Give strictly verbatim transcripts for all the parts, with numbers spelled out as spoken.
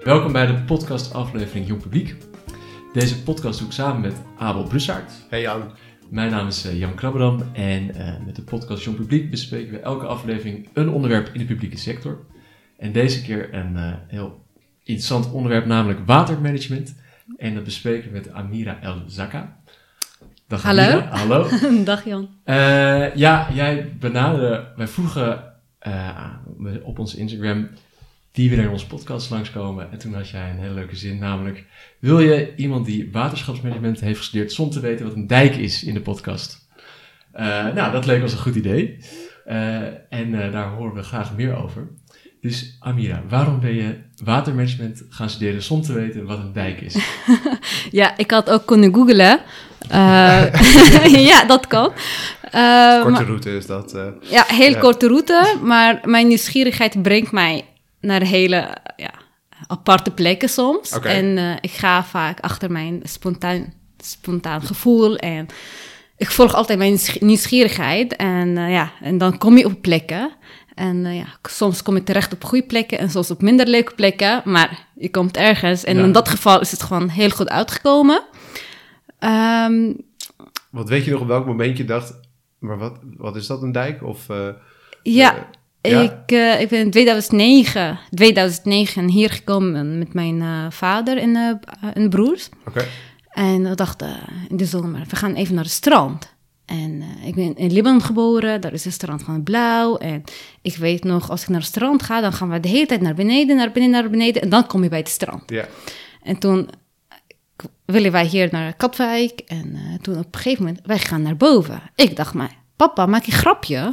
Welkom bij de podcastaflevering Jong Publiek. Deze podcast doe ik samen met Abel Brussaert. Hey Jan. Mijn naam is uh, Jan Krabberdam en uh, met de podcast Jong Publiek bespreken we elke aflevering een onderwerp in de publieke sector. En deze keer een uh, heel interessant onderwerp, namelijk watermanagement. En dat bespreken we met Amira El Zaka. Dag Hallo. Amira. Hallo. Dag Jan. Uh, ja, jij benaderde, wij vroegen uh, op ons Instagram, die willen in onze podcast langskomen. En toen had jij een hele leuke zin, namelijk, wil je iemand die waterschapsmanagement heeft gestudeerd zonder te weten wat een dijk is in de podcast? Uh, nou, dat leek ons een goed idee. Uh, en uh, daar horen we graag meer over. Dus Amira, waarom ben je watermanagement gaan studeren zonder te weten wat een dijk is? Ja, ik had ook kunnen googlen. Uh, ja, dat kan. Uh, korte maar, route is dat. Uh, ja, heel ja. korte route. Maar mijn nieuwsgierigheid brengt mij naar hele ja, aparte plekken soms. Okay. En uh, ik ga vaak achter mijn spontaan, spontaan gevoel. En ik volg altijd mijn nieuwsgierigheid. En, uh, ja, en dan kom je op plekken. En uh, ja, soms kom je terecht op goede plekken en soms op minder leuke plekken. Maar je komt ergens. En ja. In dat geval is het gewoon heel goed uitgekomen. Um, wat weet je nog op welk moment je dacht, maar wat, wat is dat, een dijk? Of, uh, ja, uh, ja? Ik, uh, ik ben in tweeduizend negen, tweeduizend negen hier gekomen met mijn uh, vader en, uh, en broers. Okay. En we dachten in de zomer, we gaan even naar het strand. En uh, ik ben in Libanon geboren, daar is het strand van blauw. En ik weet nog, als ik naar het strand ga, dan gaan we de hele tijd naar beneden, naar beneden, naar beneden. En dan kom je bij het strand. Yeah. En toen willen wij hier naar Katwijk. En uh, toen op een gegeven moment, wij gaan naar boven. Ik dacht maar, papa, maak je grapje?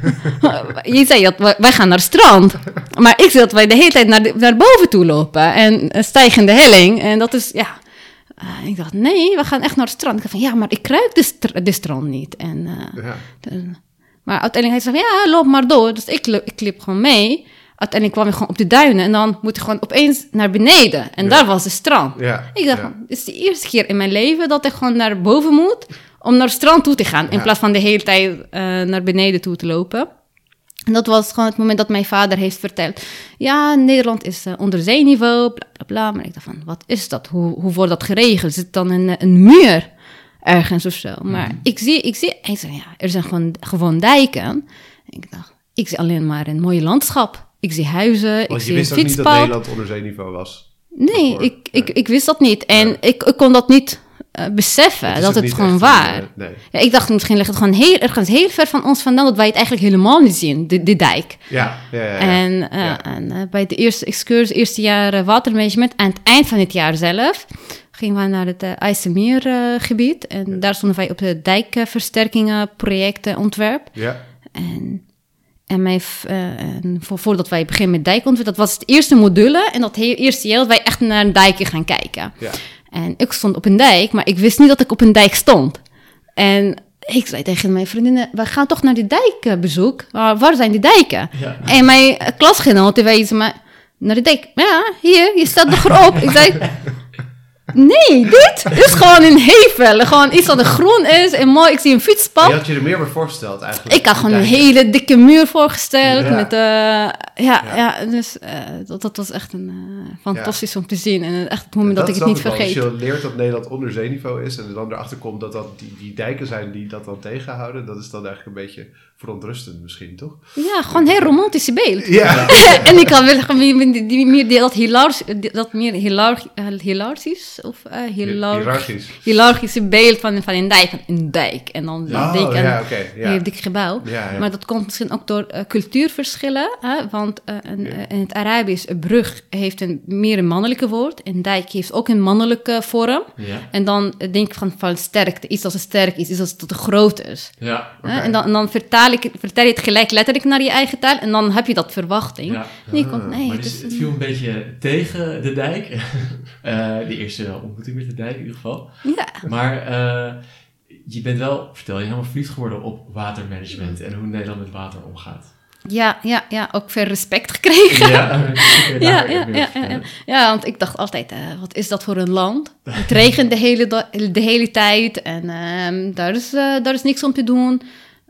Je zei dat wij gaan naar het strand. Maar ik zei dat wij de hele tijd naar, de, naar boven toe lopen. En uh, stijgende helling. En dat is, ja... Uh, ik dacht, nee, we gaan echt naar het strand. Ik dacht van, ja, maar ik ruik de, str- de strand niet. En, uh, ja. de, maar uiteindelijk hij zei ja, loop maar door. Dus ik, ik liep gewoon mee. Uiteindelijk kwam ik gewoon op de duinen. En dan moet ik gewoon opeens naar beneden. En ja. Daar was de strand. Ja. Ik dacht, ja. Dit is de eerste keer in mijn leven dat ik gewoon naar boven moet om naar het strand toe te gaan. In ja. plaats van de hele tijd uh, naar beneden toe te lopen. En dat was gewoon het moment dat mijn vader heeft verteld. Ja, Nederland is uh, onderzeeniveau, bla, bla, bla. Maar ik dacht van, wat is dat? Hoe, hoe wordt dat geregeld? Zit dan een, een muur ergens of zo? Maar mm. ik zie, ik zie, ik zei, ja, er zijn gewoon, gewoon dijken. En ik dacht, ik zie alleen maar een mooie landschap. Ik zie huizen, Want ik zie een fietspad. je wist ook niet dat Nederland onderzeeniveau was? Nee, ik, ik, ik wist dat niet. En ja. ik, ik kon dat niet... Uh, beseffen dat het, het gewoon waar. Uh, nee. Ja, ik dacht misschien ligt het gewoon heel ergens heel ver van ons vandaan dat wij het eigenlijk helemaal niet zien, de, de dijk. Ja, ja, ja. ja. En, uh, ja. en uh, bij de eerste excursie, eerste jaar uh, watermanagement, aan het eind van het jaar zelf, gingen we naar het uh, IJsselmeergebied. Uh, en ja. daar stonden wij op de dijkversterkingen projecten ontwerp. Ja. En, en, mijn, uh, en voor, voordat wij beginnen met dijkontwerp, dat was het eerste module. En dat he- eerste jaar dat wij echt naar een dijken gaan kijken. Ja. En ik stond op een dijk, maar ik wist niet dat ik op een dijk stond. En ik zei tegen mijn vriendinnen, we gaan toch naar die dijkbezoek. Maar waar zijn die dijken? Ja. En mijn klasgenoten wezen me, naar de dijk. Ja, hier, je staat nog erop. Ik zei, nee, dit is gewoon een hevel. Gewoon iets wat er groen is en mooi. Ik zie een fietspad. Je had je er meer bij voorgesteld eigenlijk. Ik had gewoon een hele dikke muur voorgesteld. Ja, met, uh, ja, ja. ja dus uh, dat, dat was echt een, uh, fantastisch ja. om te zien. En echt het moment dat, dat ik het niet vergeet. Als je leert dat Nederland onderzeeniveau is en dan erachter komt dat dat die, die dijken zijn die dat dan tegenhouden, dat is dan eigenlijk een beetje verontrustend misschien, toch? Ja, gewoon een heel romantische beeld. Ja. En ik had wel gewoon die, die, meer, die, dat hilarisch, dat meer hilar, uh, hilarisch of uh, hilargisch. hilargische beeld van, van een dijk, van een dijk. En dan oh, denk ik ja, een okay, ja. heel dik gebouw. Ja, ja. Maar dat komt misschien ook door uh, cultuurverschillen. Hè? Want uh, een, ja. uh, in het Arabisch, een brug heeft een meer een mannelijke woord. Een dijk heeft ook een mannelijke vorm. Ja. En dan uh, denk ik van, van sterkte. Iets als het sterk is, iets als het te groot is. Ja, okay. uh, en, dan, en dan vertaal, ik, vertaal je het gelijk letterlijk naar je eigen taal. En dan heb je dat verwachting. Ja. En ik kon, nee, maar het, dus, is, het viel een beetje tegen de dijk. uh, de eerste ontmoeting met de dijk in ieder geval. Ja. Maar uh, je bent wel, vertel je, helemaal verliefd geworden op watermanagement en hoe Nederland met water omgaat. Ja, ja, ja, ook veel respect gekregen. Ja, ja, ja, ja, ja, ja, want ik dacht altijd, uh, wat is dat voor een land? Het regent de hele, de hele tijd en uh, daar, is, uh, daar is niks om te doen.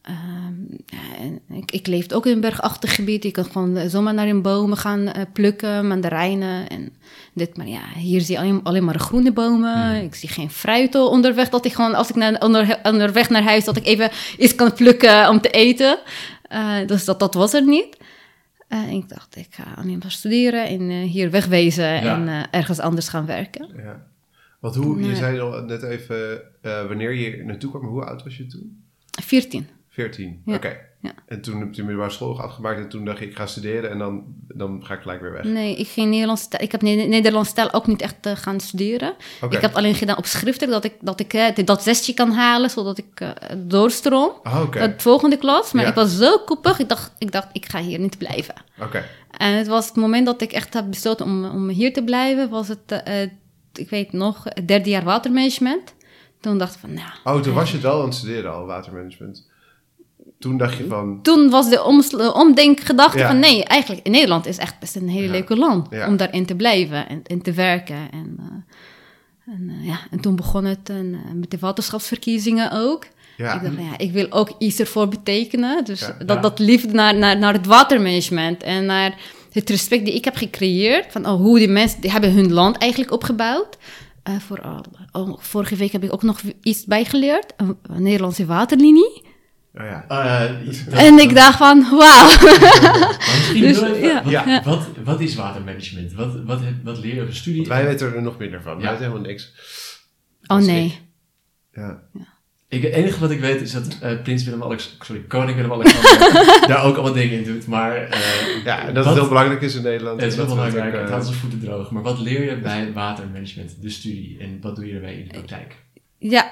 Um, ja, en ik, ik leefde ook in een bergachtig gebied. Je kan gewoon zomaar naar een bomen gaan uh, plukken, mandarijnen en dit. Maar ja, hier zie je alleen, alleen maar groene bomen. Hmm. Ik zie geen fruit onderweg. Dat ik gewoon, als ik naar, onder, onderweg naar huis, dat ik even iets kan plukken om te eten. Uh, dus dat, dat was er niet. Uh, ik dacht, ik ga alleen maar studeren en uh, hier wegwezen ja. en uh, ergens anders gaan werken. Ja. Want hoe, nee. je zei al net even uh, wanneer je hier naartoe kwam. Hoe oud was je toen? veertien. veertien, ja. oké. Okay. Ja. En toen heb je de middelbare school afgemaakt en toen dacht je, ik ga studeren en dan, dan ga ik gelijk weer weg. Nee, ik ging Nederlands taal, ik heb Nederlands taal ook niet echt uh, gaan studeren. Okay. Ik heb alleen gedaan op schriftelijk, dat ik dat, ik, uh, dat zesje kan halen, zodat ik uh, doorstroom. Oh, okay. De volgende klas, maar ja. ik was zo koppig, ik dacht, ik dacht, ik ga hier niet blijven. Oké. Okay. En het was het moment dat ik echt heb besloten om, om hier te blijven, was het, uh, ik weet nog, het derde jaar watermanagement. Toen dacht ik van, nou... Oh, toen was je het wel aan het studeren al, watermanagement. Toen dacht je van... Toen was de omsl- omdenkgedachte ja. van... nee, eigenlijk Nederland is echt best een hele ja. leuke land... Ja. om daarin te blijven en, en te werken. En, uh, en, uh, ja, en toen begon het uh, met de waterschapsverkiezingen ook. Ja. Ik dacht van, ja, ik wil ook iets ervoor betekenen. Dus ja. dat, dat liefde naar, naar, naar het watermanagement... en naar het respect die ik heb gecreëerd... van oh, hoe die mensen die hebben hun land eigenlijk opgebouwd... Uh, vooral, oh, vorige week heb ik ook nog iets bijgeleerd. Een, een Nederlandse waterlinie... Oh ja. Uh, dat, en ik dacht van, wauw. Misschien dus, wel even, ja. Wat, ja. wat, wat is watermanagement? Wat, wat, wat leer je op een studie? Want wij weten er nog minder van. Ja. Wij weten helemaal niks. Oh nee. Ja. ja. Ik, het enige wat ik weet is dat uh, prins Willem-Alexander, sorry, koning Willem-Alexander daar ook allemaal dingen in doet. Maar uh, ja, en dat wat, het heel belangrijk is in Nederland. Het is wel belangrijk, uh, het houdt zijn voeten droog. Maar wat leer je bij watermanagement, de studie? En wat doe je erbij in de praktijk? Ja,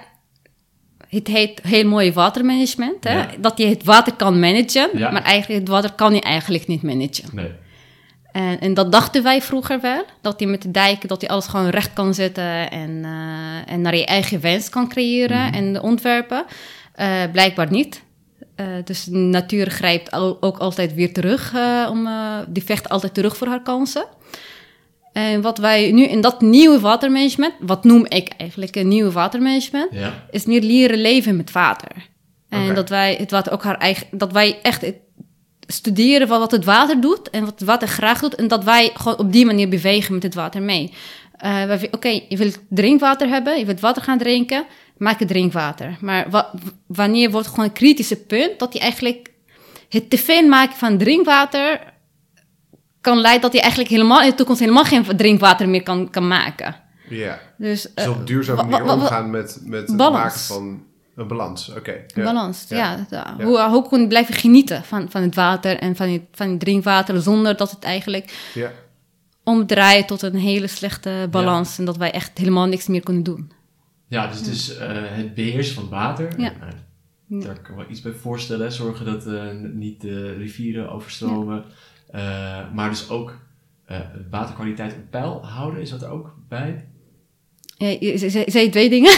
het heet heel mooi watermanagement. Hè? Ja. Dat je het water kan managen, ja. maar eigenlijk het water kan je eigenlijk niet managen. Nee. En, en dat dachten wij vroeger wel. Dat je met de dijken, dat je alles gewoon recht kan zetten en, uh, en naar je eigen wens kan creëren mm-hmm. en ontwerpen. Uh, blijkbaar niet. Uh, dus de natuur grijpt al, ook altijd weer terug. Uh, om, uh, die vecht altijd terug voor haar kansen. En wat wij nu in dat nieuwe watermanagement, wat noem ik eigenlijk een nieuwe watermanagement, ja. is meer leren leven met water. En okay. dat wij het water ook haar eigen, dat wij echt het, studeren wat het water doet en wat het water graag doet. En dat wij gewoon op die manier bewegen met het water mee. Uh, Oké, okay, je wilt drinkwater hebben, je wilt water gaan drinken, maak het drinkwater. Maar wa- wanneer wordt gewoon een kritische punt dat je eigenlijk het te veel maken van drinkwater kan leiden dat je eigenlijk helemaal in de toekomst helemaal geen drinkwater meer kan, kan maken. Ja, dus, uh, dus op duurzame manier wa- wa- omgaan met, met het balans. maken van een balans. Oké. Okay. Ja. Balans, ja. ja. ja. Hoe, hoe kunnen we blijven genieten van, van het water en van het, van het drinkwater zonder dat het eigenlijk ja. omdraait tot een hele slechte balans. Ja. En dat wij echt helemaal niks meer kunnen doen. Ja, dus het is uh, het beheersen van het water. Ja. Nou, daar kan ik wel iets bij voorstellen. Zorgen dat uh, niet de rivieren overstromen. Ja. Uh, maar dus ook uh, waterkwaliteit op peil houden. Is dat er ook bij? Ja, zei je twee dingen?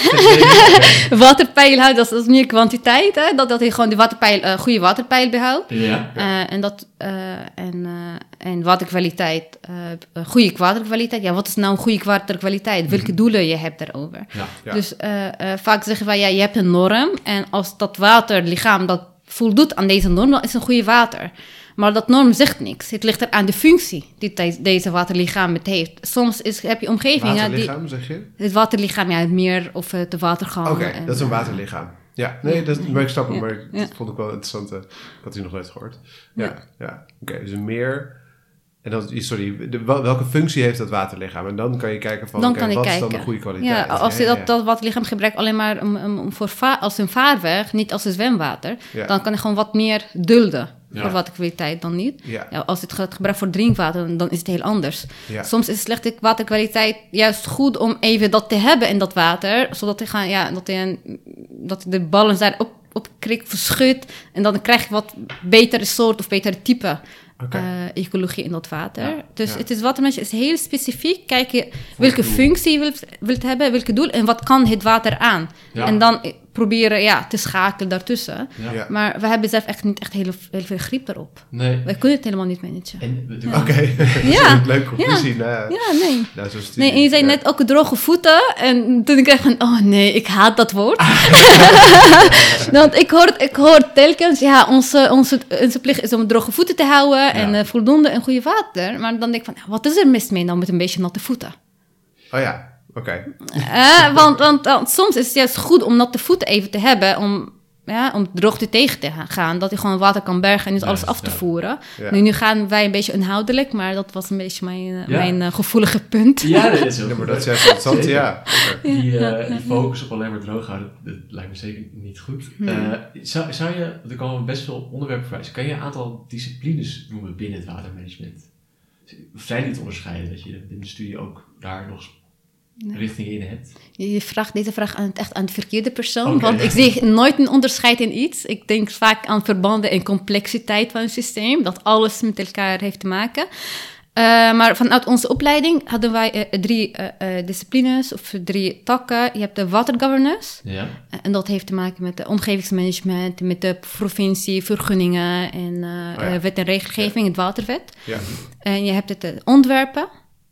Waterpeil houden, dat is, dat is meer kwantiteit. Hè? Dat, dat je gewoon de waterpeil, uh, goede waterpeil behoudt. Ja. Uh, en, dat, uh, en, uh, en waterkwaliteit, uh, goede waterkwaliteit. Ja, wat is nou een goede waterkwaliteit? Welke mm-hmm. doelen je hebt daarover? Ja. Ja. Dus uh, uh, vaak zeggen wij, ja, je hebt een norm. En als dat waterlichaam dat voldoet aan deze norm, dan is het een goede water. Maar dat norm zegt niks. Het ligt er aan de functie die th- deze waterlichaam het heeft. Soms is, heb je omgeving... Waterlichaam, ja, die, zeg je? Het waterlichaam, ja, het meer of de watergang. Oké, okay, dat is een waterlichaam. Ja, nee, ja, dat maar ik snap hem, ja, maar ja. dat vond ik wel interessant. Uh, ik had die nog nooit gehoord. Ja, ja. ja. Oké, okay, dus een meer... En dan, sorry, de, welke functie heeft dat waterlichaam? En dan kan je kijken van, dan okay, kan wat kijken. is dan de goede kwaliteit? Ja, als je ja, dat, ja. dat waterlichaam gebruikt alleen maar um, um, voor va- als een vaarweg, niet als een zwemwater, ja. dan kan je gewoon wat meer dulden ja. voor waterkwaliteit dan niet. Ja. Ja, als je het gaat gebruiken voor drinkwater, dan is het heel anders. Ja. Soms is slechte waterkwaliteit juist goed om even dat te hebben in dat water, zodat je, gaan, ja, dat je, een, dat de balans daar op, op krik verschudt en dan krijg je wat betere soort of betere type. Okay. Uh, ecologie in dat water. Ja, dus ja. het is watermanagement is heel specifiek. Kijken welke functie je wilt, wilt hebben, welke doel en wat kan het water aan. Ja. En dan proberen ja, te schakelen daartussen. Ja. Ja. Maar we hebben zelf echt niet echt heel, heel veel grip daarop. Nee. Wij kunnen het helemaal niet managen. En we doen Oké, Ja. een leuke conclusie. Nou, ja. Ja, nee. Nou, zo'n studie. Nee, en je zei Ja. net ook droge voeten. En toen ik kreeg van, oh nee, ik haat dat woord. Want ik hoor, ik hoor telkens, ja, onze, onze, onze plicht is om droge voeten te houden. En Ja. uh, voldoende en goede water. Maar dan denk ik van, wat is er mis mee dan met een beetje natte voeten? Oh ja, oké. Uh, want, want, want soms is het juist goed om natte voeten even te hebben. Om, ja, om droogte tegen te gaan. Dat je gewoon water kan bergen en niet alles Juist, af te ja. voeren. Ja. Nu, nu gaan wij een beetje inhoudelijk. Maar dat was een beetje mijn, uh, Ja. mijn uh, gevoelige punt. Ja, dat is heel Ja, maar dat is goed. juist interessant. Zeker. Ja, oké. Die, uh, die focus op alleen maar droog houden, dat, dat lijkt me zeker niet goed. Uh, zou, zou je, want er komen best veel onderwerpen voorbij, kan je een aantal disciplines noemen binnen het watermanagement? Of zijn die te onderscheiden, dat je in de studie ook daar nog richtingen in hebt? Je vraagt deze vraag aan, echt aan de verkeerde persoon. Oké. Want ik zie nooit een onderscheid in iets. Ik denk vaak aan verbanden en complexiteit van een systeem. Dat alles met elkaar heeft te maken. Uh, maar vanuit onze opleiding hadden wij uh, drie uh, uh, disciplines of drie takken. Je hebt de water governance. Ja. Uh, en dat heeft te maken met de omgevingsmanagement, met de provincie, vergunningen en uh, Oh ja. uh, wet en regelgeving, het waterwet. Ja. En je hebt het uh, ontwerpen.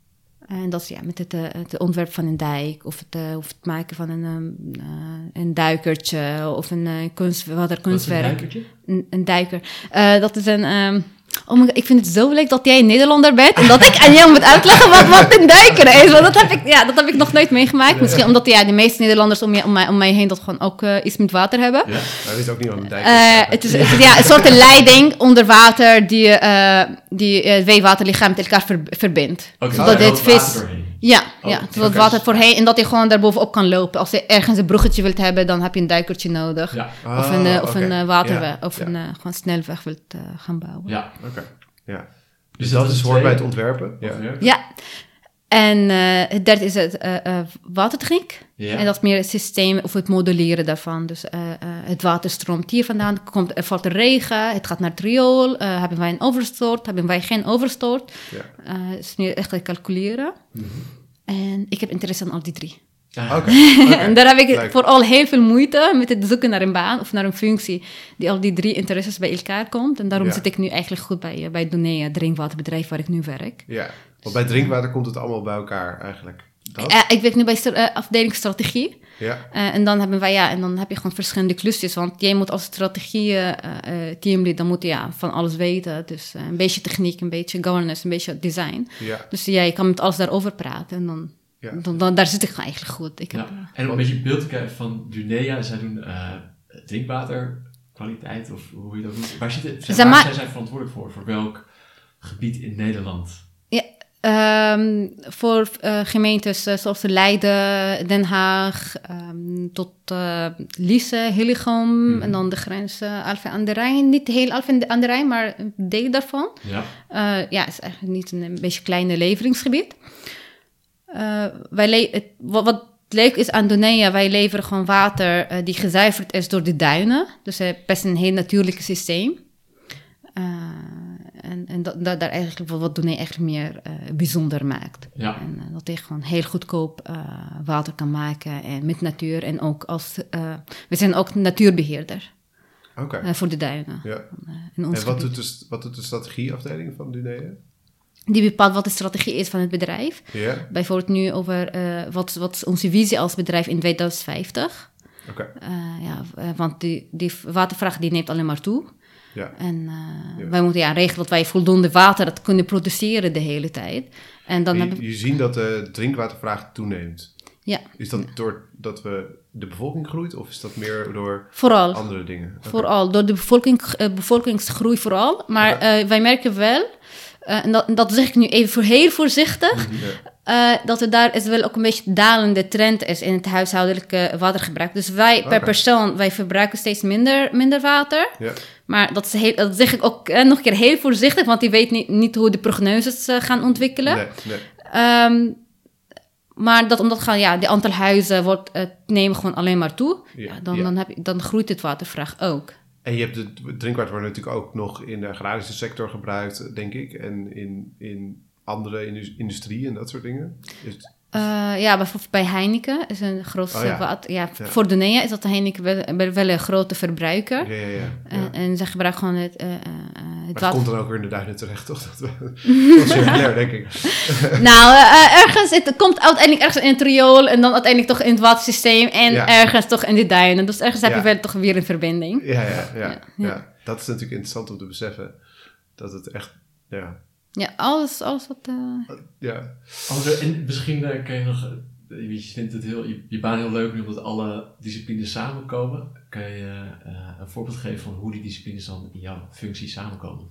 En dat is ja, met het, uh, het ontwerp van een dijk of het, uh, of het maken van een, um, uh, een duikertje of een uh, kunst, waterkunstwerk. Wat is een duikertje? Een, een duiker. Uh, dat is een... Um, oh my God, ik vind het zo leuk dat jij een Nederlander bent en dat ik aan jou moet uitleggen wat, wat een duiker is. Want dat heb ik, ja, dat heb ik nog nooit meegemaakt. Misschien omdat ja, de meeste Nederlanders om, je, om, mij, om mij heen dat gewoon ook uh, iets met water hebben. Ja. Hij weet ook niet wat een dijk is. Uh, het is, het is ja, een soort leiding onder water die, uh, die uh, twee waterlichamen met elkaar ver, verbindt. Oké, Zodat daar dit loopt water vis... doorheen. Ja, Oh, ja, zodat oké. water voorheen en dat je gewoon daar bovenop kan lopen. Als je ergens een bruggetje wilt hebben, dan heb je een duikertje nodig. Ja. Of een, uh, Ah, of oké. een uh, waterweg, Ja, of ja. een uh, gewoon snelweg wilt uh, gaan bouwen. Ja. Oké, ja. Dus Dus dat dat is is hoort twee. bij het ontwerpen. Ja. Ontwerp. Ja. En uh, het derde is het uh, uh, watertechniek. Ja. En dat is meer het systeem of het modelleren daarvan. Dus uh, uh, het water stroomt hier vandaan, komt, er valt er regen, het gaat naar het riool. Uh, hebben wij een overstoot, hebben wij geen overstoot? Ja. Uh, is nu echt te calculeren. Mhm. En ik heb interesse in al die drie. Ah, Oké. En daar heb ik Leuk. vooral heel veel moeite met het zoeken naar een baan of naar een functie die al die drie interesses bij elkaar komt. En daarom Ja. zit ik nu eigenlijk goed bij, uh, bij Donea, drinkwaterbedrijf waar ik nu werk. Ja, want bij drinkwater komt het allemaal bij elkaar eigenlijk. Dat? Uh, ik werk nu bij st- uh, afdeling strategie. Ja, Uh, en dan hebben wij, ja, en dan heb je gewoon verschillende klusjes. Want jij moet als strategie uh, uh, teamlead, dan moet je ja, van alles weten. Dus uh, een beetje techniek, een beetje governance, een beetje design. ja, Dus ja, je kan met alles daarover praten. En dan, ja. dan, dan daar zit ik gewoon eigenlijk goed. Ik heb, Ja. En om een beetje beeld te krijgen van Dunea, zij doen uh, drinkwaterkwaliteit, of hoe je dat noemt. Waar, zitten, zijn, Zij waar ma- zijn zij verantwoordelijk voor? Voor welk gebied in Nederland? Um, voor uh, gemeentes uh, zoals Leiden, Den Haag, um, tot uh, Liese, Hillegom Mhm. en dan de grens uh, Alphen aan de Rijn. Niet heel Alphen aan de Rijn, maar een deel daarvan. Ja. Uh, ja, het is eigenlijk niet een, een beetje kleine leveringsgebied. Uh, wij le- het, wat, wat leuk is aan Donea, wij leveren gewoon water uh, die gezuiverd is door de duinen. Dus uh, best een heel natuurlijk systeem. Uh, en en dat, dat daar eigenlijk wat Donea eigenlijk meer uh, bijzonder maakt. Ja. En uh, dat hij gewoon heel goedkoop uh, water kan maken en met natuur. En ook als, uh, we zijn ook natuurbeheerder Oké. uh, voor de duinen. Ja. Uh, in ons En wat gebied. doet, de, wat doet de strategieafdeling van Dunea? Die bepaalt wat de strategie is van het bedrijf. Ja, Bijvoorbeeld nu over uh, wat, wat is onze visie als bedrijf in tweeduizend vijftig. oké. Uh, ja, uh, want die, die watervraag die neemt alleen maar toe. Ja. En uh, Ja. wij moeten ja, regelen dat wij voldoende water dat kunnen produceren de hele tijd. En dan Je, hebben we, je ziet dat de drinkwatervraag toeneemt. ja, Is dat doordat we de bevolking groeit of is dat meer door vooral. andere dingen? Oké. Vooral, door de bevolking, uh, bevolkingsgroei vooral. Maar Oké. uh, wij merken wel, uh, en dat, dat zeg ik nu even voor heel voorzichtig, Ja. uh, dat er daar is wel ook een beetje dalende trend is in het huishoudelijke watergebruik. Dus wij per Oké. persoon, wij verbruiken steeds minder, minder water. Ja. Maar dat, is heel, dat zeg ik ook uh, nog een keer heel voorzichtig, want die weet niet, niet hoe de prognoses uh, gaan ontwikkelen. Nee, nee. Um, maar dat omdat gaan, ja, de aantal huizen wordt, uh, nemen gewoon alleen maar toe. Ja, Ja, dan, ja. Dan, heb je, dan groeit het watervraag ook. En je hebt het drinkwater wordt natuurlijk ook nog in de agrarische sector gebruikt, denk ik. En in, in andere indus- industrie en dat soort dingen. Is het- Uh, ja, bijvoorbeeld bij Heineken is een groot Oh, ja. water. Ja, Ja. Voor Donea is dat de Heineken wel, wel- wel een grote verbruiker. Ja, ja, ja. ja. En, en ze gebruiken gewoon het, uh, uh, uh, Maar het het water. komt dan ook weer in de duinen terecht, toch? Dat, dat is circulair, denk ik. Nou, uh, ergens, het komt uiteindelijk ergens in het riool en dan uiteindelijk toch in het watersysteem en Ja. ergens toch in de duinen. Dus ergens heb Ja. je wel toch weer een verbinding. Ja, ja, ja, ja, Ja, ja. Dat is natuurlijk interessant om te beseffen. Dat het echt, ja. Ja, alles, alles wat... Uh... ja. Andere, en misschien uh, kan je nog... Uh, je vindt het heel, je, je baan heel leuk nu omdat alle disciplines samenkomen. Kan je uh, een voorbeeld geven van hoe die disciplines dan in jouw functie samenkomen?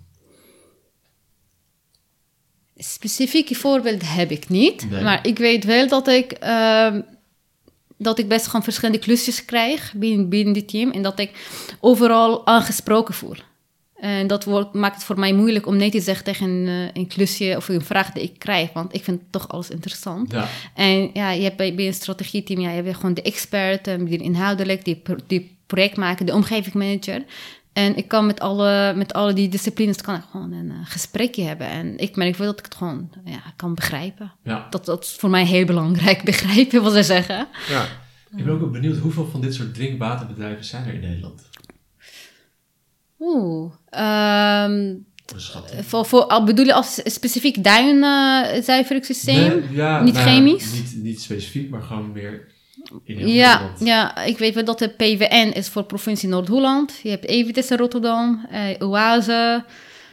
Specifieke voorbeeld heb ik niet. Nee. Maar ik weet wel dat ik... Uh, dat ik best gewoon verschillende klusjes krijg binnen, binnen dit team. En dat ik overal aangesproken voel. En dat wordt, maakt het voor mij moeilijk om nee te zeggen tegen een, een klusje of een vraag die ik krijg. Want ik vind toch alles interessant. Ja. En ja, je hebt bij, bij een strategieteam, ja, je hebt gewoon de expert, die inhoudelijk, die, die project maken, de omgevingmanager. En ik kan met alle, met alle die disciplines kan ik gewoon een uh, gesprekje hebben. En ik merk wel dat ik het gewoon ja, kan begrijpen. Ja. Dat, dat is voor mij heel belangrijk, begrijpen wat ze zeggen. Ja. Ik ben ook wel benieuwd, hoeveel van dit soort drinkwaterbedrijven zijn er in Nederland? Oeh, um, Schat. voor, voor, bedoel je als specifiek duinzuiveringssysteem? Nee, ja, niet nou, chemisch? Niet, niet specifiek, maar gewoon meer in heel Ja, Nederland. ja, ik weet wel dat de P W N is voor provincie Noord-Holland. Je hebt Evites in Rotterdam, uh, Oase.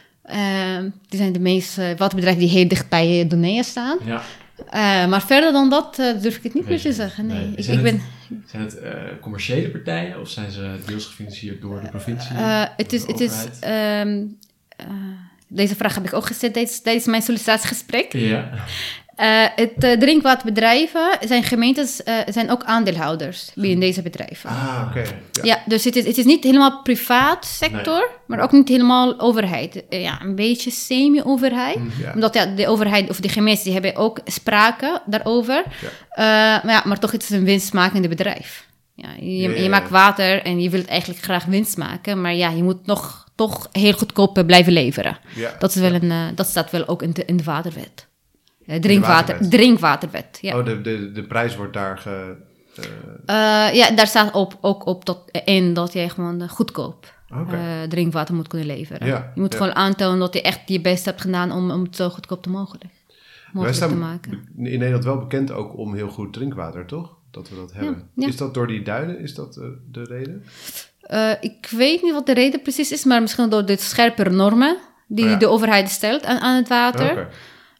Uh, die zijn de meeste uh, waterbedrijven die heel dicht bij uh, Donea staan. Ja. Uh, maar verder dan dat uh, durf ik het niet Weet meer te je zeggen. niet. Nee, Nee. ik, Zijn ik het- ben... Zijn het uh, commerciële partijen of zijn ze deels gefinancierd door de provincie? Uh, het door is, de het is, overheid? um, uh, deze vraag heb ik ook gesteld tijdens, tijdens mijn sollicitatiegesprek. Ja. Uh, het uh, drinkwaterbedrijven zijn gemeentes, uh, zijn ook aandeelhouders binnen deze bedrijven. Ah, oké. Ja. Ja. dus het is, het is niet helemaal privaat sector, Nee. maar ook niet helemaal overheid. Uh, ja, een beetje semi-overheid. Ja. Omdat ja, de overheid of de gemeentes die hebben ook sprake daarover. Ja. Uh, maar, ja, maar toch het is een winstmakende bedrijf. Ja, je, Ja, ja, je ja. maakt water en je wilt eigenlijk graag winst maken, maar ja, je moet nog toch heel goedkoop blijven leveren. Ja. Dat, is wel een, uh, dat staat wel ook in de, in de waterwet. Uh, drinkwater, waterwet. drinkwaterwet, ja. Oh, de, de, de prijs wordt daar ge... Uh, Uh, ja, daar staat op, ook op dat, in dat jij gewoon uh, goedkoop Oké. uh, drinkwater moet kunnen leveren. Ja, je moet ja. gewoon aantonen dat je echt je best hebt gedaan om, om het zo goedkoop te mogelijk, Wij mogelijk te staan maken. in Nederland wel bekend ook om heel goed drinkwater, toch? Dat we dat hebben. ja. Is dat door die duinen? Is dat uh, de reden? Uh, ik weet niet wat de reden precies is, maar misschien door de scherpere normen die Oh ja. de overheid stelt aan, aan het water. Oké.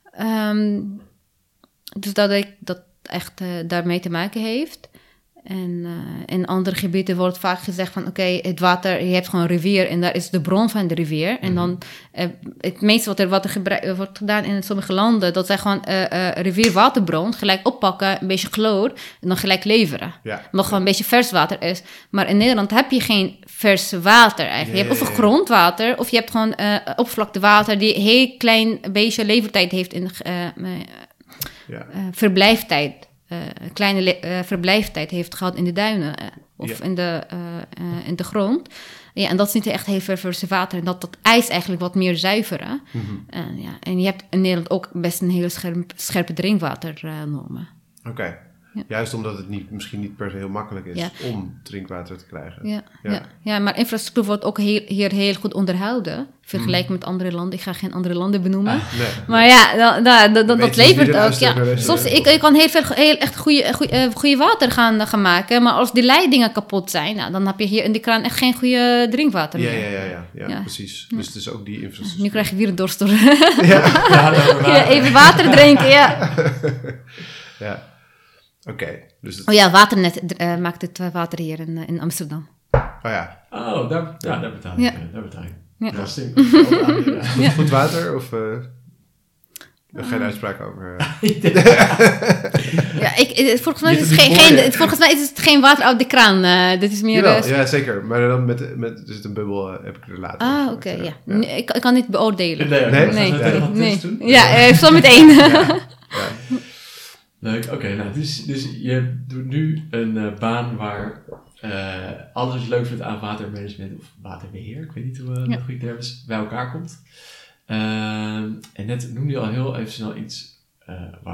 Um, dus dat ik dat echt uh, daarmee te maken heeft. En uh, in andere gebieden wordt vaak gezegd van... oké, okay, het water, je hebt gewoon een rivier... en daar is de bron van de rivier. Mm-hmm. En dan uh, het meeste wat er wat er gebruik, wordt gedaan in sommige landen... dat zij gewoon uh, uh, rivierwaterbron gelijk oppakken... een beetje chloor en dan gelijk leveren. Ja. Nog gewoon een beetje vers water is. Maar in Nederland heb je geen vers water eigenlijk. Ja, je hebt of ja, een ja. grondwater... of je hebt gewoon uh, oppervlaktewater... die een heel klein beetje levertijd heeft... in uh, uh, Ja. uh, verblijftijd... Uh, een kleine le- uh, verblijftijd heeft gehad in de duinen uh, of Ja. in, de, uh, uh, in de grond. Ja, en dat is niet echt heel veel verse water. En dat, dat ijs eigenlijk wat meer zuiveren. Mm-hmm. Uh, ja. En je hebt in Nederland ook best een hele scherp, scherpe drinkwaternormen. Oké. Okay. Ja. Juist omdat het niet, misschien niet per se heel makkelijk is Ja. om drinkwater te krijgen. Ja, Ja. ja. Ja, maar infrastructuur wordt ook heel, hier heel goed onderhouden. Vergelijking met andere landen. Ik ga geen andere landen benoemen. Nee. Maar ja, da, da, da, dat, weet dat je niet wie levert er ook. luistert Ja. naar deze- Soms, ik, ik kan heel veel heel, echt goede, goede, goede water gaan, gaan maken. Maar als die leidingen kapot zijn, nou, dan heb je hier in de kraan echt geen goede drinkwater Ja, meer. ja, ja, ja, ja, Ja. precies. Dus het is ook die infrastructuur. Nu krijg je weer een dorst door. Ja. Ja, dat is waar. Ja, even water drinken, ja. ja. Oké. Okay. Dus het... Oh ja, Waternet uh, maakt het water hier in, in Amsterdam. Oh ja. Oh, daar, ja, daar betaal ik. Ja. eh, Daar betaal ik. Ja. Belasting. Goed, goed water of... Uh... Geen uitspraak over... Uh... Ja, ik, het, volgens, mij Je is hebt het het geen, niet geen, het, volgens mij is het geen water uit de kraan. Uh, dit is meer... Jawel, uh, ja, zeker. Maar dan met, met er zit een bubbel, uh, heb ik er later. Ah, over oké, gehoord, ja. uh, Nee, Ik, ik kan niet beoordelen. Nee, Nee? Nee, Gaan we nee, nog nee. tips doen? Ja, uh, zo meteen. Ja. Leuk, oké. Okay, nou, dus, dus je doet nu een uh, baan waar uh, alles wat je leuk vindt aan watermanagement of waterbeheer, ik weet niet hoe uh, Ja. de goede term is, bij elkaar komt. Uh, en net noemde je al heel even snel iets uh, waar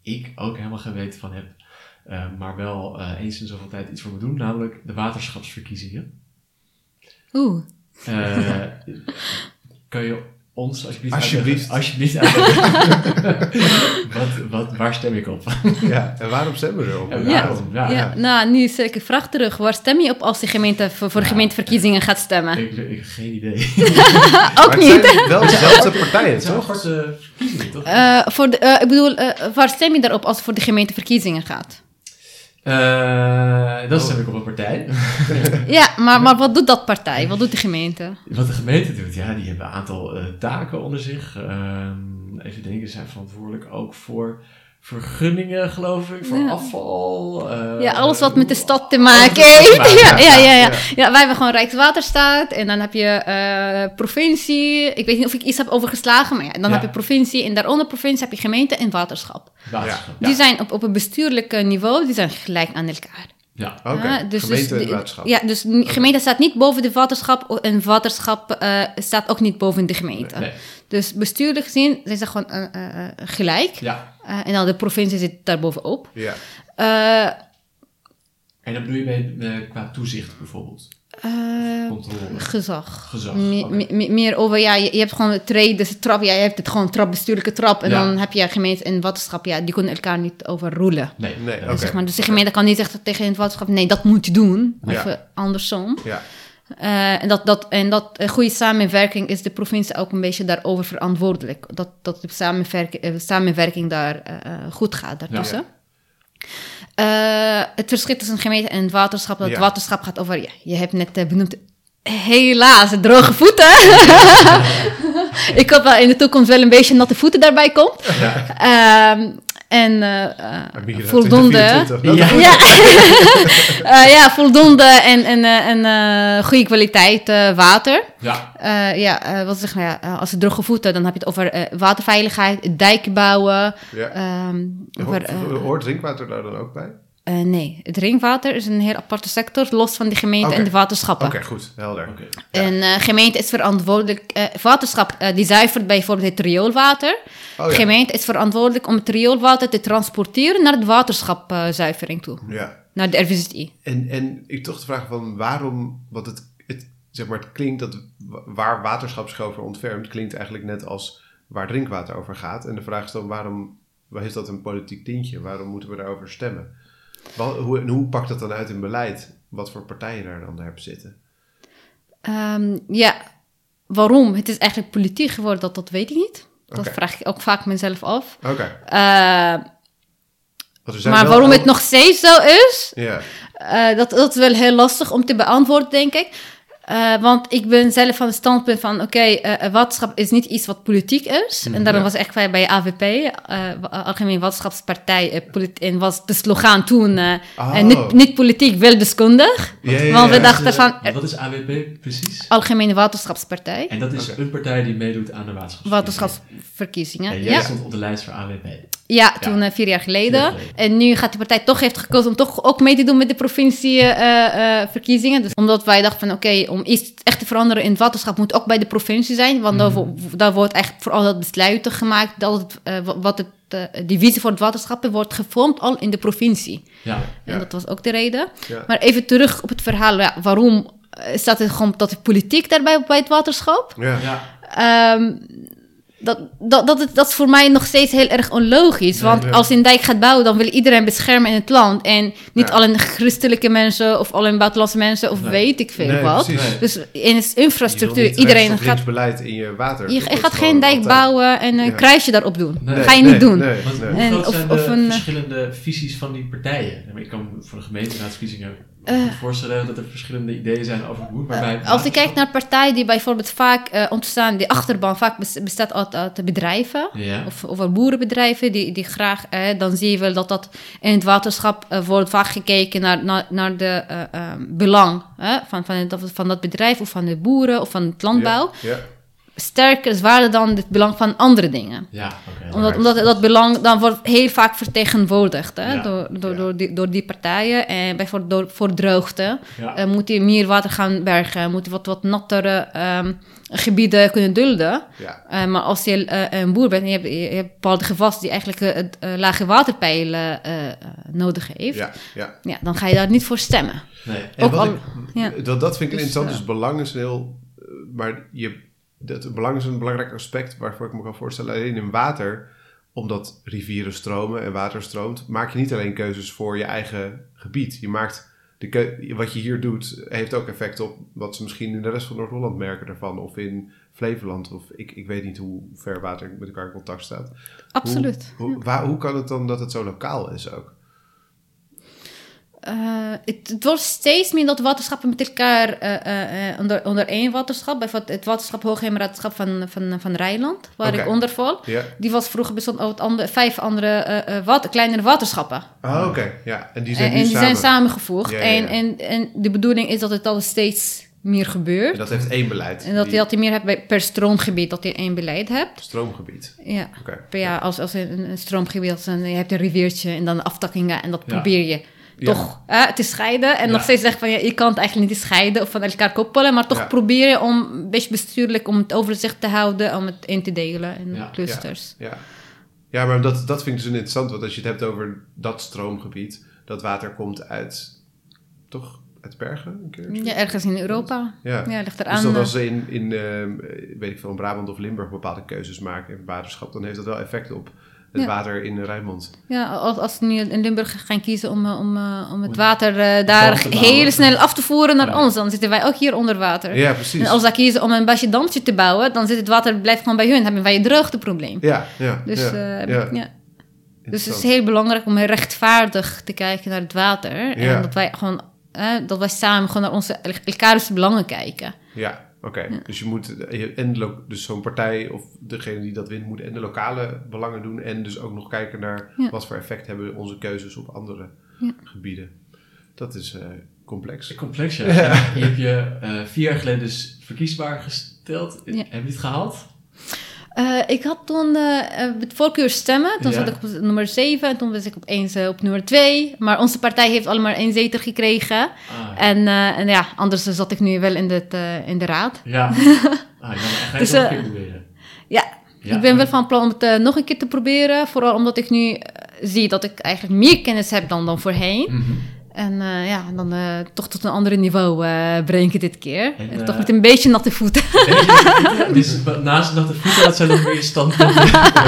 ik ook helemaal geen weet van heb. Uh, maar wel uh, eens in zoveel tijd iets voor me doen. Namelijk de waterschapsverkiezingen. Oeh. Uh, kan je ons alsjeblieft Alsjeblieft. Alsjeblieft uitleggen. wat, wat, waar stem ik op? Ja, en waarom stemmen we erop? En Ja. waarom? Ja. Ja, Ja. nou, nu is ik vraag terug. Waar stem je op als je gemeente voor, voor Ja. gemeenteverkiezingen gaat stemmen? Ik, ik heb geen idee. Ook Maar niet. het zijn wel dezelfde partijen, Het zijn toch? aparte verkiezingen, toch? Uh, voor de, uh, ik bedoel, uh, waar stem je daarop als het voor de gemeenteverkiezingen gaat? Uh, dan Oh. stem ik op een partij. Ja, maar, maar wat doet dat partij? Wat doet de gemeente? Wat de gemeente doet, ja, die hebben een aantal uh, taken onder zich. Um, even denken, ze zijn verantwoordelijk ook voor vergunningen, geloof ik, voor Ja. afval. Uh, Ja, alles wat met de stad te alles maken met de stad te heeft. maken, Ja, ja, ja, ja. ja. Ja, wij hebben gewoon Rijkswaterstaat en dan heb je uh, provincie. Ik weet niet of ik iets heb overgeslagen, maar ja, dan Ja. heb je provincie en daaronder provincie heb je gemeente en waterschap. waterschap. Die Ja. zijn op, op een bestuurlijk uh, niveau, die zijn gelijk aan elkaar. Ja. Oké, Ja, dus, gemeente dus, en de- waterschap. Ja, dus de gemeente staat niet boven de waterschap en waterschap uh, staat ook niet boven de gemeente. Nee. Dus bestuurlijk gezien zijn ze gewoon uh, uh, gelijk. Ja. Uh, en dan de provincie zit daar bovenop. Ja. Uh, En dan bedoel je bij, bij, qua toezicht bijvoorbeeld? uh, Controle. gezag. Gezag, Me- oké. me- me- meer over, ja, je, je hebt gewoon de trade, dus de trap, ja, je hebt het gewoon trap, bestuurlijke trap. En Ja. dan heb je gemeente en waterschap, ja, die kunnen elkaar niet overroelen. Nee. Nee, Ja. oké. Zeg maar, dus de gemeente kan niet zeggen tegen het waterschap, nee, dat moet je doen. Ja. Of uh, andersom. Ja. Uh, en dat, dat, en dat uh, goede samenwerking is de provincie ook een beetje daarover verantwoordelijk. Dat, dat de samenwerking, uh, samenwerking daar uh, uh, goed gaat daartussen. Uh, het verschil tussen gemeente en het waterschap, dat Ja. het waterschap gaat over, ja, je hebt net uh, benoemd, helaas, droge voeten. Ik hoop wel in de toekomst wel een beetje natte voeten daarbij komt. Ja. Um, en uh, uh, Amiga voldoende. tweeduizend vierentwintig. Ja. Ja, uh, ja voldoende en, en, uh, en uh, goede kwaliteit uh, water. Ja. Uh, ja, uh, wat zeg maar, ja, uh, als het droge voeten, dan heb je het over uh, waterveiligheid, dijken bouwen. Ja. Um, over, uh, Ho- Hoort drinkwater daar dan ook bij? uh, nee, het drinkwater is een heel aparte sector, los van de gemeente Oké. en de waterschappen. Oké, goed. Helder. Oké. En uh, gemeente is verantwoordelijk, uh, waterschap uh, die zuivert bijvoorbeeld het rioolwater. Oh, ja. Gemeente is verantwoordelijk om het rioolwater te transporteren naar de waterschapzuivering uh, toe, Ja. naar de R V Z I. En, en ik toch de vraag van waarom, want het, het, zeg maar, het klinkt dat wa- waar waterschap over ontfermt, klinkt eigenlijk net als waar drinkwater over gaat. En de vraag is dan waarom, waar heeft dat een politiek tintje? Waarom moeten we daarover stemmen? Wel, hoe, en hoe pakt dat dan uit in beleid? Wat voor partijen daar dan op zitten? Um, ja, waarom? Het is eigenlijk politiek geworden, dat, dat weet ik niet. Dat Oké. vraag ik ook vaak mezelf af. Oké. Uh, Want we zijn maar wel waarom al- het nog steeds zo is, Ja, uh, dat, dat is wel heel lastig om te beantwoorden, denk ik. Uh, want ik ben zelf van het standpunt van, oké, okay, uh, waterschap is niet iets wat politiek is. En daarom Ja. was echt bij, bij A V P, uh, Algemeen Waterschapspartij, uh, polit- en was de slogan toen, uh, Oh. uh, niet, niet politiek, wel deskundig. Ja, ja, Want we ja. dachten Dus, van, uh, wat is A W P precies? Algemene Waterschapspartij, En dat is Oké. een partij die meedoet aan de waterschapsverkiezingen. waterschapsverkiezingen. En jij Ja. stond op de lijst voor A W P. Ja, toen uh, vier jaar geleden. Vier jaar geleden. En nu gaat de partij toch heeft gekozen om toch ook mee te doen met de provincieverkiezingen. dus omdat wij dachten van oké, okay, om iets echt te veranderen in het waterschap moet ook bij de provincie zijn. Want daar, wo- daar wordt echt vooral dat besluiten gemaakt dat het, uh, wat het, uh, die visie voor het waterschap wordt gevormd al in de provincie. Ja. Ja. En dat was ook de reden. Ja. Maar even terug op het verhaal. Ja, waarom uh, staat het gewoon dat de politiek daarbij bij het waterschap? ja. Ja. Um, dat, dat, dat, dat is voor mij nog steeds heel erg onlogisch. Nee, want ja. als je een dijk gaat bouwen, dan wil iedereen beschermen in het land. En niet Ja. alleen christelijke mensen of alleen buitenlandse mensen of Nee. weet ik veel Nee, wat. precies. Nee. Dus in het Je wil infrastructuur, niet iedereen rechts of gaat... links beleid in je water. Je, Dat je is gaat gewoon geen dijk altijd- bouwen en een Ja. kruisje daarop doen. Nee. Dat ga je Nee, niet doen. nee, Want nee. hoe En groot of- zijn of de een, eh, verschillende visies van die partijen? Ik kan me voor de gemeenteraadsverkiezingen Uh, me voorstellen dat er verschillende ideeën zijn over hoe. Maar bij Uh, als je kijkt naar partijen die bijvoorbeeld vaak uh, ontstaan, die achterban vaak bes- bestaat uit, uit bedrijven. Ja. Of over boerenbedrijven die, die graag, eh, dan zie je wel dat dat in het waterschap uh, wordt vaak gekeken naar, naar, naar de uh, uh, belang hè, van, van, dat, van dat bedrijf of van de boeren of van het landbouw. Ja, ja. sterker, zwaarder dan het belang van andere dingen. Ja, oké. Omdat, omdat dat belang dan wordt heel vaak vertegenwoordigd hè, Ja, door, door, ja. door, die, door die partijen. En bijvoorbeeld door, voor droogte Ja. uh, moet je meer water gaan bergen, moet je wat, wat nattere um, gebieden kunnen dulden. Ja. Uh, maar als je uh, een boer bent en je hebt, je hebt bepaalde gewassen die eigenlijk uh, uh, lage waterpeilen uh, uh, nodig heeft, Ja, ja. ja, dan ga je daar niet voor stemmen. Nee. En Ook wat al- ik, ja. dat, dat vind ik Dus, interessant. ja. Dus belang is een heel... uh, Maar je, dat, belang is een belangrijk aspect waarvoor ik me kan voorstellen. Alleen in water, omdat rivieren stromen en water stroomt, maak je niet alleen keuzes voor je eigen gebied. Je maakt de keu- wat je hier doet, heeft ook effect op wat ze misschien in de rest van Noord-Holland merken ervan. Of in Flevoland. Of ik, ik weet niet hoe ver water met elkaar in contact staat. Absoluut. Hoe, hoe, waar, hoe kan het dan dat het zo lokaal is ook? Uh, het, het wordt steeds meer dat waterschappen met elkaar uh, uh, uh, onder, onder één waterschap, bijvoorbeeld het waterschap Hoogheemraadschap van, van, van Rijnland, waar Oké. ik onder val, Ja. die was vroeger bestond uit andere, vijf andere uh, uh, wat, kleinere waterschappen. Ah, oké. Ja. En die zijn en nu en die samen. zijn samengevoegd. Ja, ja, ja. En, en, en de bedoeling is dat het al steeds meer gebeurt. En dat heeft één beleid. En dat, die- je, dat je meer hebt bij, per stroomgebied, dat je één beleid hebt. Stroomgebied. Ja. Oké. Per jaar, als, als een, een stroomgebied, als een, je hebt een riviertje en dan aftakkingen en dat Ja. probeer je Ja. toch uh, te scheiden. En Ja. nog steeds zeggen van, ja, je kan het eigenlijk niet scheiden of van elkaar koppelen, maar toch Ja. probeer je om een beetje bestuurlijk, om het overzicht te houden, om het in te delen in Ja. clusters. Ja, ja maar dat, dat vind ik dus interessant. Want als je het hebt over dat stroomgebied, dat water komt uit, toch? Uit Bergen? Een keer? Ja, ergens in Europa. Ja. Ja, ligt Dus eraan. dat uh, als ze in, in uh, weet ik veel, in Brabant of Limburg bepaalde keuzes maken in het waterschap, dan heeft dat wel effect op het Ja. water in Rijnmond. Ja, als, als ze nu in Limburg gaan kiezen om, uh, om, uh, om het Om water uh, dam daar te bouwen. heel snel af te voeren naar Ja. ons, dan zitten wij ook hier onder water. Ja, precies. En als zij kiezen om een basje dampje te bouwen, dan zit het water blijft gewoon bij hun. Dan hebben wij een droogteprobleem. Ja, ja. Dus, ja, uh, ja. ja. Dus het is Interessant. heel belangrijk om rechtvaardig te kijken naar het water. Ja. En dat wij gewoon, eh, dat wij samen gewoon naar onze elkaars belangen kijken. Ja, oké. Dus je moet je- en de lo- dus zo'n partij of degene die dat wint moet en de lokale belangen doen en dus ook nog kijken naar Ja. wat voor effect hebben onze keuzes op andere Ja. gebieden. Dat is eh, complex. Complex, ja. En je hebt je uh, vier jaar geleden dus verkiesbaar gesteld. Ja. Heb je het gehaald? Uh, ik had toen uh, het voorkeur stemmen. Toen Ja. zat ik op nummer zeven. En toen was ik opeens uh, op nummer twee. Maar onze partij heeft allemaal één zetel gekregen. Ah, En, uh, en ja, anders zat ik nu wel in, dit, uh, in de raad. ja. Ah, ja, maar ga je Dus, het nog uh, een keer proberen? Ja, Ja. ik ben wel van plan om het uh, nog een keer te proberen. Vooral omdat ik nu uh, zie dat ik eigenlijk meer kennis heb dan, dan voorheen. Mhm. En uh, ja, dan uh, toch tot een ander niveau uh, breng ik het dit keer. En, En, uh, toch met een beetje natte voeten. Dus naast dat de voeten, dat zijn nog meer standpunten.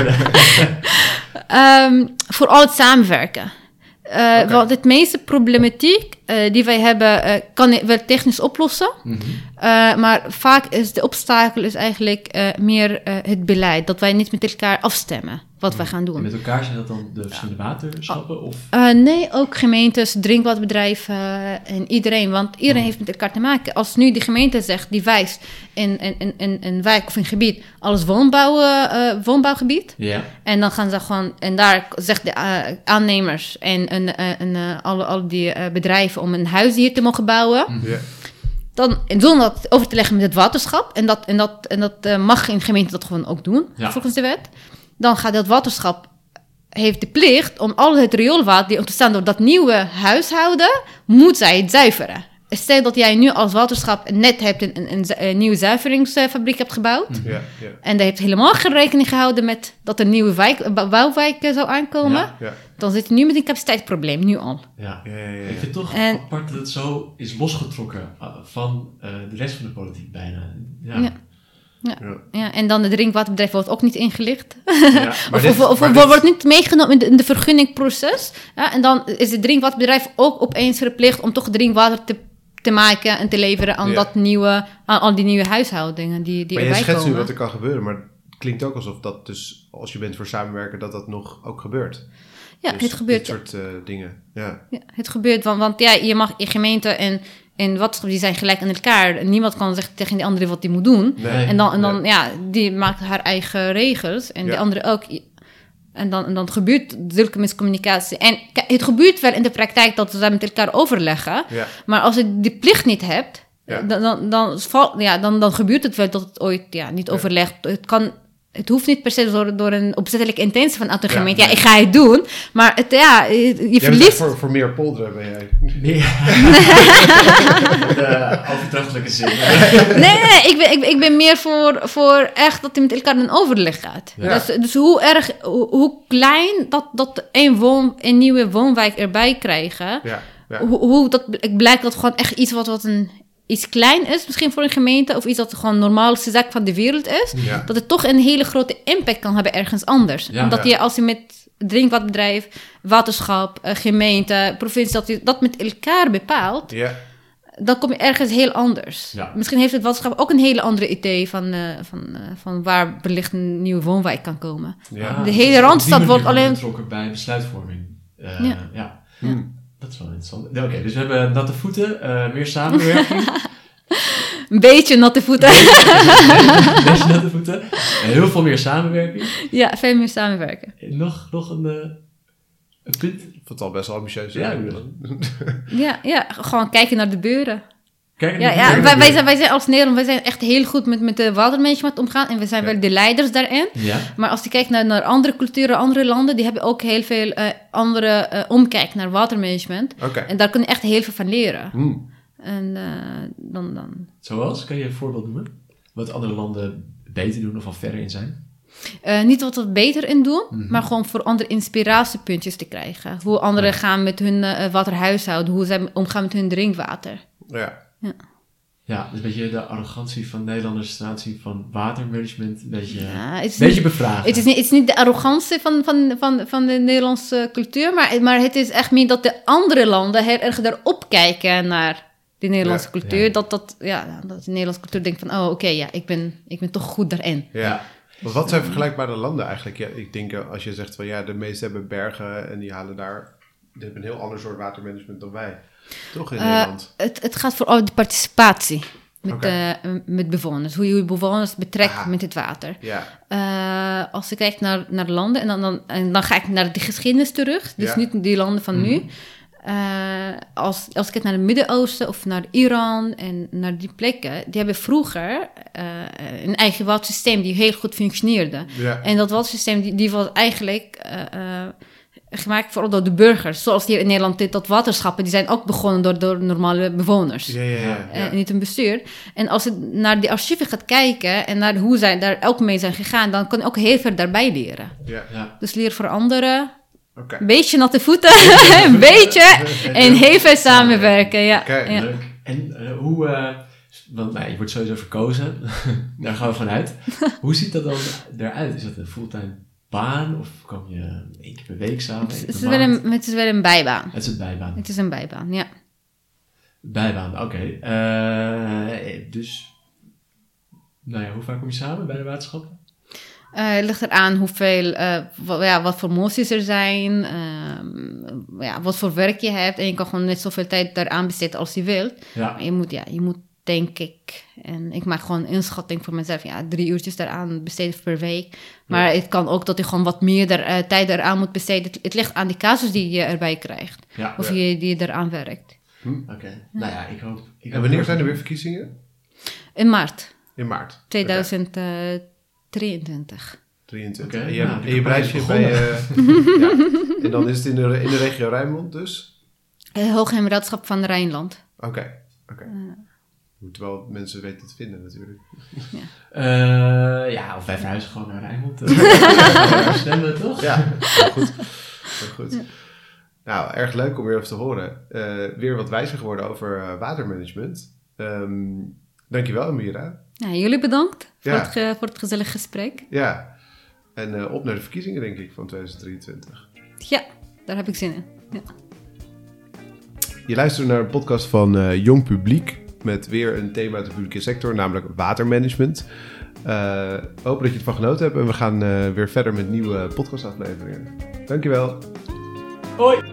um, vooral het samenwerken. Uh, Oké. Want het meeste problematiek uh, die wij hebben, uh, kan je wel technisch oplossen. Mhm. Uh, maar vaak is de obstakel is eigenlijk uh, meer uh, het beleid. Dat wij niet met elkaar afstemmen wat wij gaan En doen. met elkaar zijn dat dan de verschillende waterschappen? Of? Uh, nee, ook gemeentes, drinkwaterbedrijven uh, en iedereen. Want iedereen heeft met elkaar te maken. Als nu de gemeente zegt, die wijst in een in, in, in wijk of een gebied als woonbouw, uh, woonbouwgebied. Ja. En dan gaan ze gewoon, en daar zegt de uh, aannemers en, en, en, en uh, alle, alle die uh, bedrijven om een huis hier te mogen bouwen. Mhm. Ja. Dan, en zonder dat over te leggen met het waterschap. En dat, en dat, en dat uh, mag een gemeente dat gewoon ook doen, Ja. volgens de wet. Dan gaat dat waterschap, heeft de plicht om al het rioolwater die ontstaan door dat nieuwe huishouden, moet zij het zuiveren. Stel dat jij nu als waterschap net hebt een, een, een, een nieuwe zuiveringsfabriek hebt gebouwd. Ja, ja, En daar heeft helemaal geen rekening gehouden met dat er een nieuwe wijk, bou- bouwwijk uh, zou aankomen. Ja. ja. Dan zit je nu met een capaciteitsprobleem, nu al. Ja. Ja, ja, ja, Ik vind het toch En- apart dat het zo is losgetrokken uh, van uh, de rest van de politiek bijna. Ja. Ja. ja. Ja, en dan het drinkwaterbedrijf wordt ook niet ingelicht. Ja, maar Of, dit- of, of maar wordt dit- niet meegenomen in de, in de vergunningproces. Ja, en dan is het drinkwaterbedrijf ook opeens verplicht om toch drinkwater te, te maken en te leveren aan, Ja. dat nieuwe, aan al die nieuwe huishoudingen die, die Maar je erbij schetst nu komen. wat er kan gebeuren, maar het klinkt ook alsof dat dus, als je bent voor samenwerken, dat dat nog ook gebeurt. Ja, Dus het gebeurt. Dit soort uh, dingen, ja. Ja, het gebeurt, want, want ja, je mag je gemeente en, en waterschap, die zijn gelijk aan elkaar. En niemand kan zeggen tegen die andere wat die moet doen. Nee. En dan, en dan Nee. ja, die maakt haar eigen regels. En Ja. de andere ook. En dan, en dan gebeurt zulke miscommunicatie. En kijk, het gebeurt wel in de praktijk dat ze met elkaar overleggen. Ja. Maar als je die plicht niet hebt, Ja. Dan, dan, dan, val- ja, dan, dan gebeurt het wel dat het ooit ja, niet Ja. overlegt. Het kan... Het hoeft niet per se door, door een opzettelijke intentie van de Ja, gemeente. Ja, nee. ik ga het doen. Maar het, ja, je, je Jij bent verliest... echt voor, voor meer polderen ben jij. Nee. De overdrachtelijke zin. Nee, nee, nee, ik ben, ik, ben- ik ben meer voor, voor echt dat hij met elkaar in overleg gaat. Ja. Dus, dus hoe erg, hoe, hoe klein dat, dat een, woon, een nieuwe woonwijk erbij krijgen. Ja, ja. Hoe, hoe dat ik blijkt dat gewoon echt iets wat, wat een, iets klein is, misschien voor een gemeente, of iets dat gewoon de normaalste zaak van de wereld is. Ja. Dat het toch een hele grote impact kan hebben ergens anders. Ja. Omdat Ja. je als je met drinkwaterbedrijf, waterschap, eh, gemeente, provincie, dat je dat met elkaar bepaalt, Ja. dan kom je ergens heel anders. Ja. Misschien heeft het waterschap ook een hele andere idee van, eh, van, eh, van waar wellicht een nieuwe woonwijk kan komen. Ja. Ah, De dus hele op die Randstad manier wordt worden alleen- betrokken bij besluitvorming. Uh, Ja. ja. Hm. Dat is wel interessant. Ja, Oké, dus we hebben natte voeten, uh, meer samenwerking. Een beetje natte voeten. Een beetje natte voeten. Uh, heel veel meer samenwerking. Ja, veel meer samenwerken. Nog, nog een, uh, een punt. Ik vond het al best wel ambitieus. Ja, hè? ik bedoel. Ja, ja, gewoon kijken naar de buren. Kijk, Ja, ja wij, wij, zijn, wij zijn als Nederland wij zijn echt heel goed met, met de watermanagement omgaan. En we zijn Ja. wel de leiders daarin. Ja, Maar als je kijkt naar, naar andere culturen, andere landen, die hebben ook heel veel eh, andere eh, omkijk naar watermanagement. Oké. En daar kun je echt heel veel van leren. Hm. En eh, dan... dan zoals? Kan je een voorbeeld noemen? Wat andere landen beter doen of al verder in zijn? Uh, niet wat we beter in doen, Mhm. maar gewoon voor andere inspiratiepuntjes te krijgen. Hoe anderen Ja. gaan met hun uh, waterhuishouden, hoe zij omgaan met hun drinkwater. Ja. Ja, dus een beetje de arrogantie van Nederlanders ten aanzien van watermanagement. Een beetje, Ja, het is een beetje niet- bevragen. Het is, niet, het is niet de arrogantie van, van, van, van de Nederlandse cultuur, maar, maar het is echt meer dat de andere landen heel erg daarop kijken naar de Nederlandse Ja. cultuur. Ja. Dat, dat, ja, dat de Nederlandse cultuur denkt van, oh oké, ja, ik ben, ik ben toch goed daarin. Ja. Want wat zijn vergelijkbare landen eigenlijk? Ja, ik denk eh, als je zegt van ja, de meeste hebben bergen en die halen daar... Die hebben een heel ander soort watermanagement dan wij. Toch in Eh, Nederland? Het, het gaat vooral om de participatie met, Oké. eh, met bewoners. Hoe je bewoners betrekt Ah. met het water. Ja. Eh, als je kijkt naar, naar landen, en dan, dan, en dan ga ik naar de geschiedenis terug. Dus Ja. niet die landen van nu. Eh, als, als ik kijk naar het Midden-Oosten of naar Iran en naar die plekken, die hebben vroeger eh, een eigen watersysteem die heel goed functioneerde. Ja. En dat watersysteem die, die was eigenlijk eh, eh, gemaakt vooral door de burgers. Zoals hier in Nederland, dit- dat waterschappen, die zijn ook begonnen door, door normale bewoners. Ja, ja, ja. Eh, ja. niet een bestuur. En als je naar die archieven gaat kijken en naar hoe zij daar ook mee zijn gegaan, dan kan je ook heel veel daarbij leren. ja. Ja. Dus leer veranderen, Oké. een beetje natte voeten, een beetje, en heel veel samenwerken. Ja. Oké, ja. Leuk. En uh, hoe... Uh, want nou, je wordt sowieso verkozen. Daar gaan we vanuit. Hoe ziet dat dan eruit? Is dat een fulltime baan? Of kom je één keer per week samen? Het één is, keer wel per maand? een, het is wel een bijbaan. Het is een bijbaan. Het is een bijbaan, ja. Bijbaan, oké. Uh, dus... Nou ja, hoe vaak kom je samen bij de waterschappen? Uh, het ligt eraan hoeveel, uh, wat, ja, wat voor moties er zijn, uh, ja, wat voor werk je hebt. En je kan gewoon net zoveel tijd daaraan besteden als je wilt. Ja. Maar je moet, ja, je moet denk ik, en ik maak gewoon een inschatting voor mezelf, ja, drie uurtjes daaraan besteden per week. Maar het kan ook dat je gewoon wat meer der, uh, tijd eraan moet besteden. Het, het ligt aan die casus die je erbij krijgt. Ja. Of Ja. je die eraan werkt. Hm. Oké. Okay. Nou ja, ik hoop... Ik En hoop wanneer zijn er weer verkiezingen? In maart In maart. tweeduizend drieëntwintig. drieëntwintig. Oké, En je, nou, en de je campagne bereidt is je bij... eh, ja. En dan is het in de, in de regio Rijnmond dus? Uh, Hoogheemraadschap van Rijnland. Oké, okay. oké. Okay. Uh. Moet wel mensen weten te vinden natuurlijk. Ja, uh, ja of wij verhuizen gewoon naar Rijnmond. Uh, stemmen, toch? Ja, heel goed. Heel goed. Ja. Nou, erg leuk om weer even te horen. Uh, weer wat wijzer geworden over uh, watermanagement. Um, dankjewel, Amira. Ja, jullie bedankt ja. voor, het ge, voor het gezellige gesprek. Ja, en uh, op naar de verkiezingen denk ik van tweeduizend drieëntwintig. Ja, daar heb ik zin in. Ja. Je luistert naar een podcast van uh, Jong Publiek met weer een thema uit de publieke sector, namelijk watermanagement. Uh, hopen dat je ervan genoten hebt en we gaan uh, weer verder met nieuwe podcastafleveringen. Dankjewel. Hoi!